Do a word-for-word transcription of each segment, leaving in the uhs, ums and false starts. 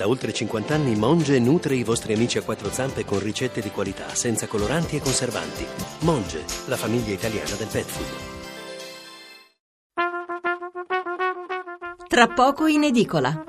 Da oltre cinquanta anni Monge nutre i vostri amici a quattro zampe con ricette di qualità, senza coloranti e conservanti. Monge, la famiglia italiana del pet food. Tra poco in edicola.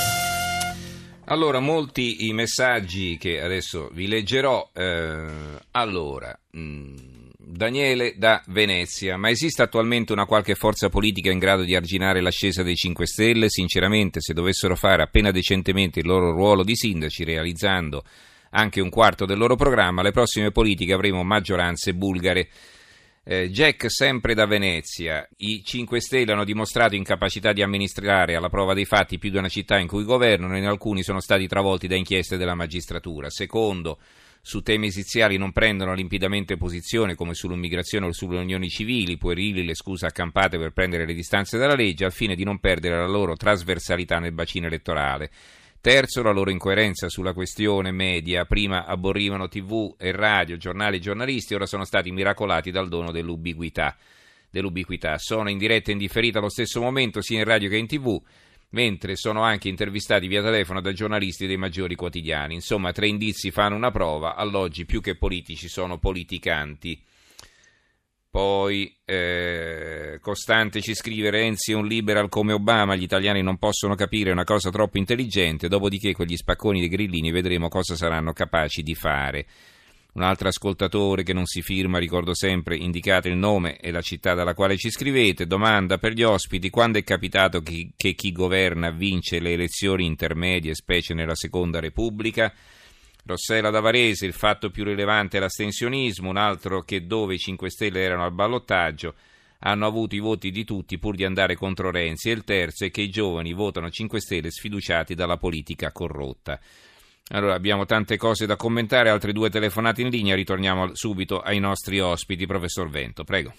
Allora, molti i messaggi che adesso vi leggerò. Eh, allora, mh, Daniele da Venezia. Ma esiste attualmente una qualche forza politica in grado di arginare l'ascesa dei cinque Stelle? Sinceramente, se dovessero fare appena decentemente il loro ruolo di sindaci, realizzando anche un quarto del loro programma, alle prossime politiche avremo maggioranze bulgare. Eh, Jack, sempre da Venezia. I cinque Stelle hanno dimostrato incapacità di amministrare alla prova dei fatti più di una città in cui governano, e in alcuni sono stati travolti da inchieste della magistratura. Secondo, su temi esiziali non prendono limpidamente posizione, come sull'immigrazione o sulle unioni civili, puerili le scuse accampate per prendere le distanze dalla legge al fine di non perdere la loro trasversalità nel bacino elettorale. Terzo, la loro incoerenza sulla questione media. Prima aborrivano tivù e radio, giornali e giornalisti, ora sono stati miracolati dal dono dell'ubiquità. dell'ubiquità. Sono in diretta e in differita allo stesso momento sia in radio che in tivù, mentre sono anche intervistati via telefono da giornalisti dei maggiori quotidiani. Insomma, tre indizi fanno una prova: all'oggi più che politici sono politicanti. Poi eh, Costante ci scrive: Renzi è un liberal come Obama, gli italiani non possono capire una cosa troppo intelligente, dopodiché quegli spacconi dei grillini vedremo cosa saranno capaci di fare. Un altro ascoltatore che non si firma, ricordo sempre, indicate il nome e la città dalla quale ci scrivete. Domanda per gli ospiti: quando è capitato che, che chi governa vince le elezioni intermedie, specie nella Seconda Repubblica? Rossella da Varese: il fatto più rilevante è l'astensionismo, un altro che dove i cinque Stelle erano al ballottaggio hanno avuto i voti di tutti pur di andare contro Renzi, e il terzo è che i giovani votano cinque Stelle sfiduciati dalla politica corrotta. Allora, abbiamo tante cose da commentare, altre due telefonate in linea, ritorniamo subito ai nostri ospiti. Professor Vento, prego.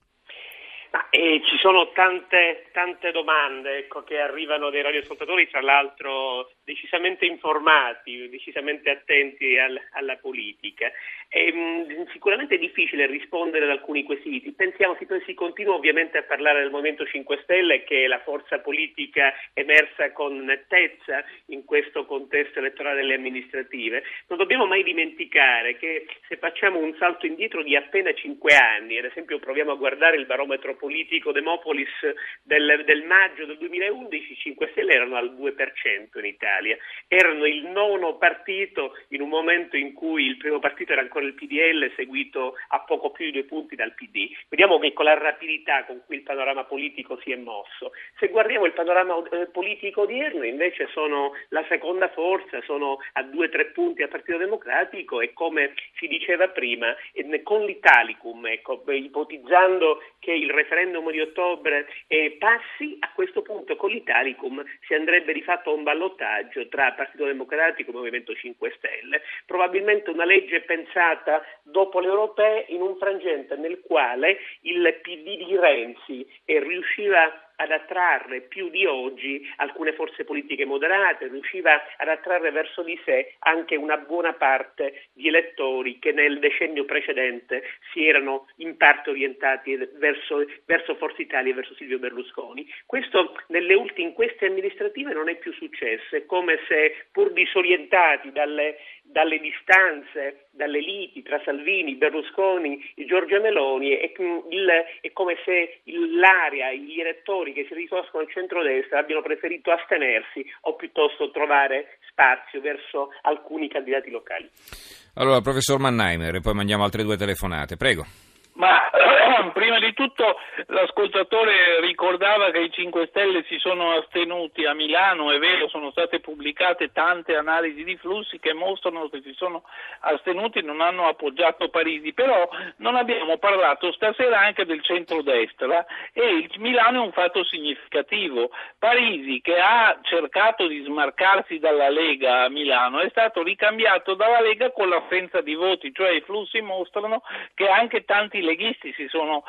Ma, eh, ci sono tante, tante domande ecco, che arrivano dai radioascoltatori, tra l'altro decisamente informati, decisamente attenti al, alla politica. E, mh, sicuramente è difficile rispondere ad alcuni quesiti. Pensiamo, si, si continua ovviamente a parlare del Movimento cinque Stelle, che è la forza politica emersa con nettezza in questo contesto elettorale delle amministrative. Non dobbiamo mai dimenticare che se facciamo un salto indietro di appena cinque anni, ad esempio proviamo a guardare il barometro politico Demopolis del, del maggio del duemilaundici, i cinque Stelle erano al due per cento in Italia. Erano il nono partito in un momento in cui il primo partito era ancora il P D L, seguito a poco più di due punti dal P D. Vediamo che con la rapidità con cui il panorama politico si è mosso. Se guardiamo il panorama eh, politico odierno, invece sono la seconda forza, sono a due tre punti al Partito Democratico, e come si diceva prima, eh, con l'Italicum, ecco, ipotizzando che il referendum di ottobre eh, passi, a questo punto con l'Italicum si andrebbe di fatto a un ballottaggio tra Partito Democratico e Movimento cinque Stelle, probabilmente una legge pensata dopo le europee in un frangente nel quale il P D di Renzi eh, riusciva ad attrarre più di oggi alcune forze politiche moderate, riusciva ad attrarre verso di sé anche una buona parte di elettori che nel decennio precedente si erano in parte orientati verso, verso Forza Italia e verso Silvio Berlusconi. Questo nelle ultime inchieste amministrative non è più successo, è come se pur disorientati dalle, dalle distanze, dalle liti tra Salvini, Berlusconi e Giorgia Meloni, è, il, è come se il, l'area, gli elettori che si riconoscono al centrodestra abbiano preferito astenersi o piuttosto trovare spazio verso alcuni candidati locali. Allora, professor Mannheimer, e poi mandiamo altre due telefonate, prego. Ma prima di tutto l'ascoltatore ricordava che i cinque Stelle si sono astenuti a Milano. È vero, sono state pubblicate tante analisi di flussi che mostrano che si sono astenuti, non hanno appoggiato Parisi, però non abbiamo parlato stasera anche del centrodestra, e il Milano è un fatto significativo. Parisi, che ha cercato di smarcarsi dalla Lega a Milano, è stato ricambiato dalla Lega con l'assenza di voti, cioè i flussi mostrano che anche tanti leghisti si sono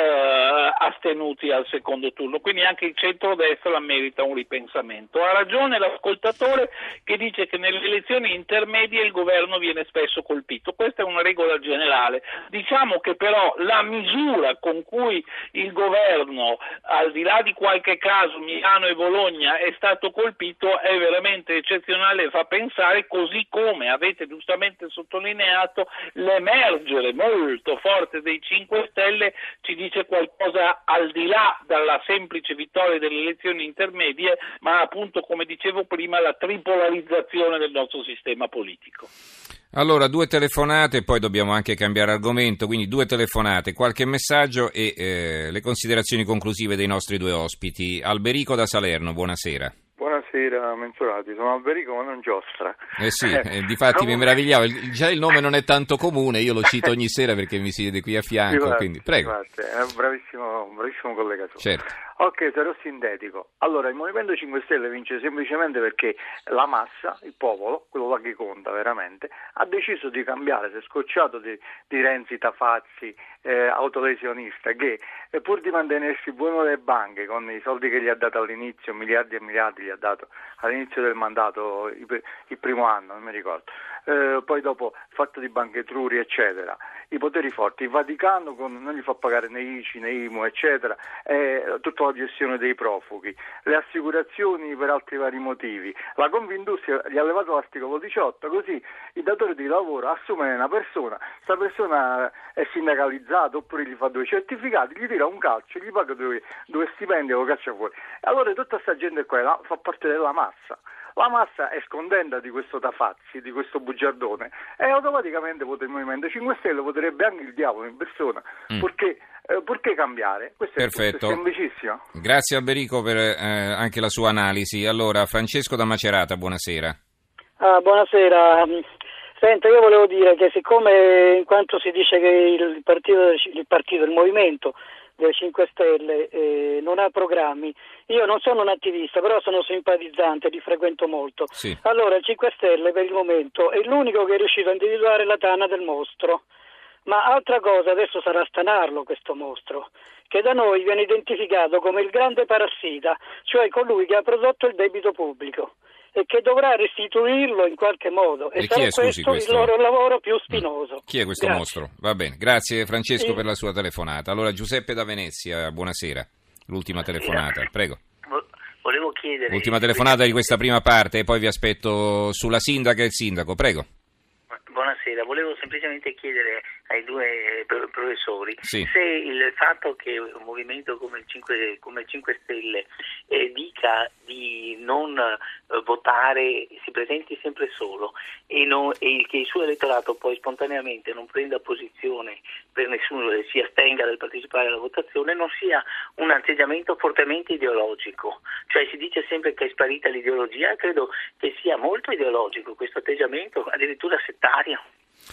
eh, astenuti al secondo turno, quindi anche il centrodestra merita un ripensamento. Ha ragione l'ascoltatore che dice che nelle elezioni intermedie il governo viene spesso colpito, questa è una regola generale. Diciamo che però la misura con cui il governo, al di là di qualche caso Milano e Bologna, è stato colpito è veramente eccezionale e fa pensare, così come avete giustamente sottolineato, l'emergere molto forte dei cinque Stelle ci dice qualcosa al di là dalla semplice vittoria delle elezioni intermedie, ma appunto, come dicevo prima, la tripolarizzazione del nostro sistema politico. Allora, due telefonate, poi dobbiamo anche cambiare argomento, quindi due telefonate, qualche messaggio e eh, le considerazioni conclusive dei nostri due ospiti. Alberico da Salerno, buonasera. Buonasera Menzolati, sono Alberico ma non Giostra. Eh sì, eh, difatti mi meravigliavo, già il nome non è tanto comune, io lo cito ogni sera perché mi siede qui a fianco, infatti, quindi prego. Infatti, è un bravissimo, un bravissimo collega suo. Certo. Ok, sarò sintetico. Allora, il Movimento cinque Stelle vince semplicemente perché la massa, il popolo, quello là che conta veramente, ha deciso di cambiare, si è scocciato di, di Renzi Tafazzi, eh, autolesionista, che eh, pur di mantenersi buono delle banche con i soldi che gli ha dato all'inizio, miliardi e miliardi gli ha dato all'inizio del mandato, il, il primo anno, non mi ricordo, eh, poi dopo fatto di banche Truri, eccetera, i poteri forti, il Vaticano con, non gli fa pagare né I C I né I M U, eccetera, eh, tutta la gestione dei profughi, le assicurazioni per altri vari motivi, la Confindustria gli ha levato l'articolo diciotto, così il datore di lavoro assume una persona, questa persona è sindacalizzata oppure gli fa due certificati, gli tira un calcio, gli paga due, due stipendi e lo caccia fuori. Allora tutta questa gente qua la, fa parte della massa. La massa è scontenta di questo Tafazzi, di questo bugiardone, e automaticamente vota il Movimento cinque Stelle, voterebbe anche il diavolo in persona, mm. perché, eh, perché cambiare? Questo Perfetto. È, è semplicissimo. Grazie Alberico per eh, anche la sua analisi. Allora, Francesco da Macerata, buonasera. Ah, buonasera. Senta, io volevo dire che siccome in quanto si dice che il partito, il, partito, il movimento delle cinque Stelle eh, non ha programmi, io non sono un attivista, però sono simpatizzante, li frequento molto. Sì. Allora il cinque Stelle per il momento è l'unico che è riuscito a individuare la tana del mostro, ma altra cosa adesso sarà stanarlo questo mostro, che da noi viene identificato come il grande parassita, cioè colui che ha prodotto il debito pubblico e che dovrà restituirlo in qualche modo, e, e sarà chi è, scusi, questo, questo il loro lavoro più spinoso. Mm. Chi è questo Grazie. mostro? Va bene, grazie Francesco sì. per la sua telefonata. Allora Giuseppe da Venezia, buonasera, l'ultima telefonata, prego. Volevo chiedere... Ultima telefonata di questa prima parte e poi vi aspetto sulla sindaca e il sindaco, prego. Buonasera, volevo semplicemente chiedere ai due professori sì. se il fatto che un movimento come il cinque, come il cinque Stelle eh, dica di non eh, votare, si presenti sempre solo e, non, e che il suo elettorato poi spontaneamente non prenda posizione per nessuno e si astenga dal partecipare alla votazione, non sia un atteggiamento fortemente ideologico. Cioè si dice sempre che è sparita l'ideologia, credo che sia molto ideologico questo atteggiamento, addirittura settario.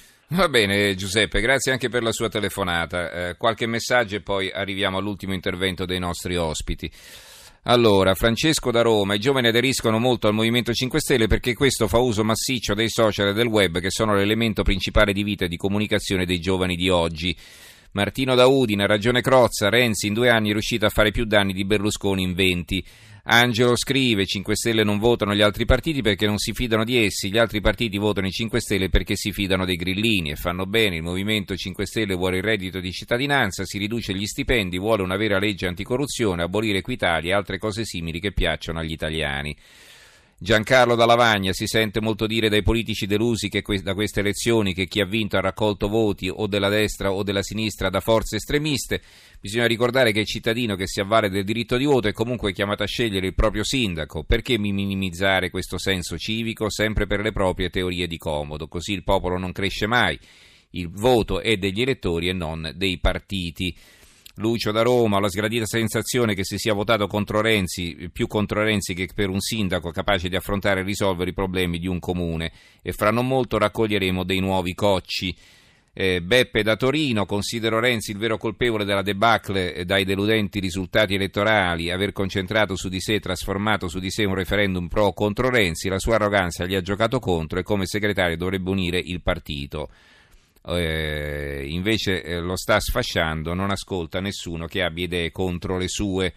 Va bene Giuseppe, grazie anche per la sua telefonata. Eh, qualche messaggio e poi arriviamo all'ultimo intervento dei nostri ospiti. Allora, Francesco da Roma, i giovani aderiscono molto al Movimento cinque Stelle perché questo fa uso massiccio dei social e del web che sono l'elemento principale di vita e di comunicazione dei giovani di oggi. Martino da Udine, ragione Crozza, Renzi in due anni è riuscito a fare più danni di Berlusconi in venti. Angelo scrive, cinque Stelle non votano gli altri partiti perché non si fidano di essi, gli altri partiti votano i cinque Stelle perché si fidano dei grillini e fanno bene, il Movimento cinque Stelle vuole il reddito di cittadinanza, si riduce gli stipendi, vuole una vera legge anticorruzione, abolire Equitalia e altre cose simili che piacciono agli italiani. Giancarlo da Lavagna, si sente molto dire dai politici delusi che que- da queste elezioni che chi ha vinto ha raccolto voti o della destra o della sinistra da forze estremiste. Bisogna ricordare che il cittadino che si avvale del diritto di voto è comunque chiamato a scegliere il proprio sindaco. Perché minimizzare questo senso civico sempre per le proprie teorie di comodo? Così il popolo non cresce mai. Il voto è degli elettori e non dei partiti. Lucio da Roma, ho la sgradita sensazione che si sia votato contro Renzi, più contro Renzi che per un sindaco capace di affrontare e risolvere i problemi di un comune, e fra non molto raccoglieremo dei nuovi cocci. Eh, Beppe da Torino, considero Renzi il vero colpevole della debacle eh, dai deludenti risultati elettorali, aver concentrato su di sé e trasformato su di sé un referendum pro o contro Renzi, la sua arroganza gli ha giocato contro e come segretario dovrebbe unire il partito. eh, invece eh, lo sta sfasciando, non ascolta nessuno che abbia idee contro le sue.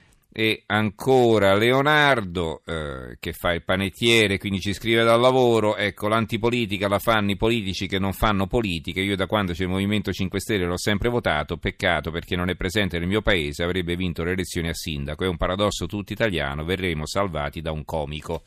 E ancora Leonardo eh, che fa il panettiere, quindi ci scrive dal lavoro: ecco, l'antipolitica la fanno i politici che non fanno politica. Io da quando c'è il Movimento cinque Stelle l'ho sempre votato, peccato perché non è presente nel mio paese, avrebbe vinto le elezioni a sindaco. È un paradosso tutto italiano, verremo salvati da un comico.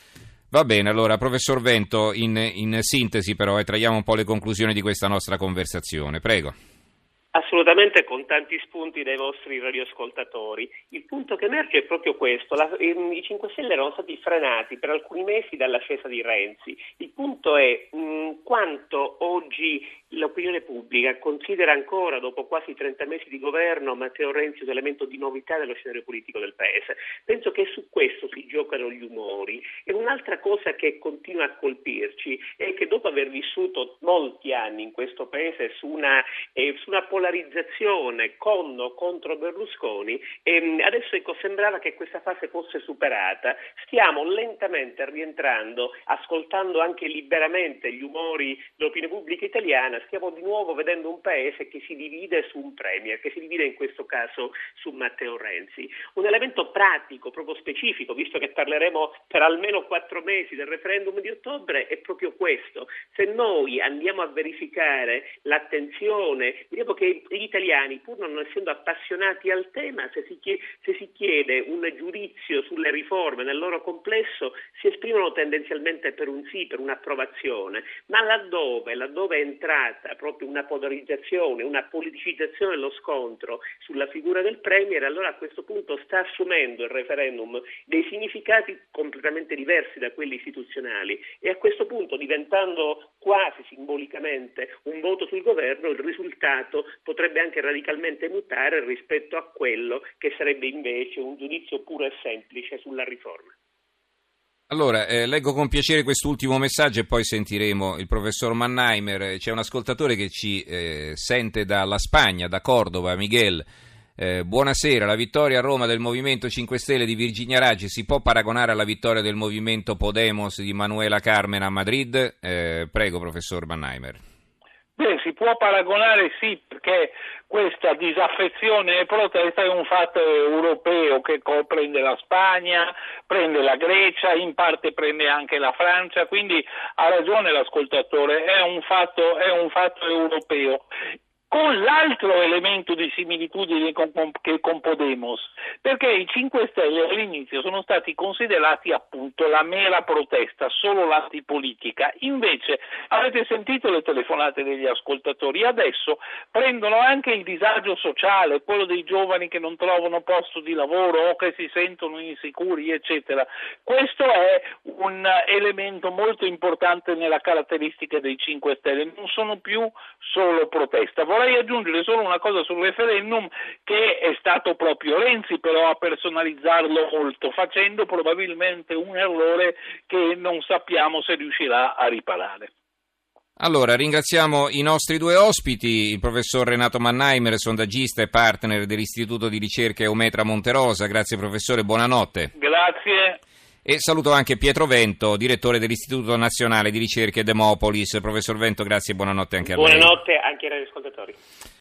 Va bene, allora professor Vento, in, in sintesi però, e traiamo un po' le conclusioni di questa nostra conversazione, prego. Assolutamente, con tanti spunti dai vostri radioascoltatori. Il punto che emerge è proprio questo: la, ehm, i cinque Stelle erano stati frenati per alcuni mesi dall'ascesa di Renzi. Il punto è mh, quanto oggi l'opinione pubblica considera ancora, dopo quasi trenta mesi di governo, Matteo Renzi un elemento di novità nello scenario politico del Paese. Penso che su questo si giocano gli umori. E un'altra cosa che continua a colpirci è che dopo aver vissuto molti anni in questo Paese su una, eh, su una polarizzazione con o contro Berlusconi, ehm, adesso ecco, sembrava che questa fase fosse superata. Stiamo lentamente rientrando, ascoltando anche liberamente gli umori dell'opinione pubblica italiana. Stiamo di nuovo vedendo un paese che si divide su un premier, che si divide in questo caso su Matteo Renzi. Un elemento pratico, proprio specifico, visto che parleremo per almeno quattro mesi del referendum di ottobre, è proprio questo. Se noi andiamo a verificare l'attenzione, vediamo che gli italiani, pur non essendo appassionati al tema, se si chiede, se si chiede un giudizio sulle riforme nel loro complesso, si esprimono tendenzialmente per un sì, per un'approvazione, ma laddove, laddove è entrata proprio una polarizzazione, una politicizzazione dello scontro sulla figura del premier, allora a questo punto sta assumendo il referendum dei significati completamente diversi da quelli istituzionali e a questo punto, diventando quasi simbolicamente un voto sul governo, il risultato potrebbe anche radicalmente mutare rispetto a quello che sarebbe invece un giudizio puro e semplice sulla riforma. Allora, eh, leggo con piacere quest'ultimo messaggio e poi sentiremo il professor Mannheimer. C'è un ascoltatore che ci eh, sente dalla Spagna, da Cordova, Miguel. Eh, buonasera, la vittoria a Roma del Movimento cinque Stelle di Virginia Raggi si può paragonare alla vittoria del Movimento Podemos di Manuela Carmen a Madrid? Eh, prego, professor Mannheimer. Beh, si può paragonare sì, perché questa disaffezione e protesta è un fatto europeo che prende la Spagna, prende la Grecia, in parte prende anche la Francia, quindi ha ragione l'ascoltatore, è un fatto, è un fatto europeo. Con l'altro elemento di similitudine con, con, che con Podemos, perché i cinque Stelle all'inizio sono stati considerati appunto la mera protesta, solo l'antipolitica. Invece avete sentito le telefonate degli ascoltatori, adesso prendono anche il disagio sociale, quello dei giovani che non trovano posto di lavoro o che si sentono insicuri, eccetera. Questo è un elemento molto importante nella caratteristica dei cinque Stelle, non sono più solo protesta. Vorrei aggiungere solo una cosa sul referendum, che è stato proprio Renzi però a personalizzarlo molto, facendo probabilmente un errore che non sappiamo se riuscirà a riparare. Allora, ringraziamo i nostri due ospiti, il professor Renato Mannheimer, sondaggista e partner dell'Istituto di Ricerca Eumetra Monterosa. Grazie professore, buonanotte. Grazie. E saluto anche Pietro Vento, direttore dell'Istituto Nazionale di Ricerche Demopolis. Professor Vento, grazie e buonanotte anche a lei. Buonanotte anche ai radioascoltatori.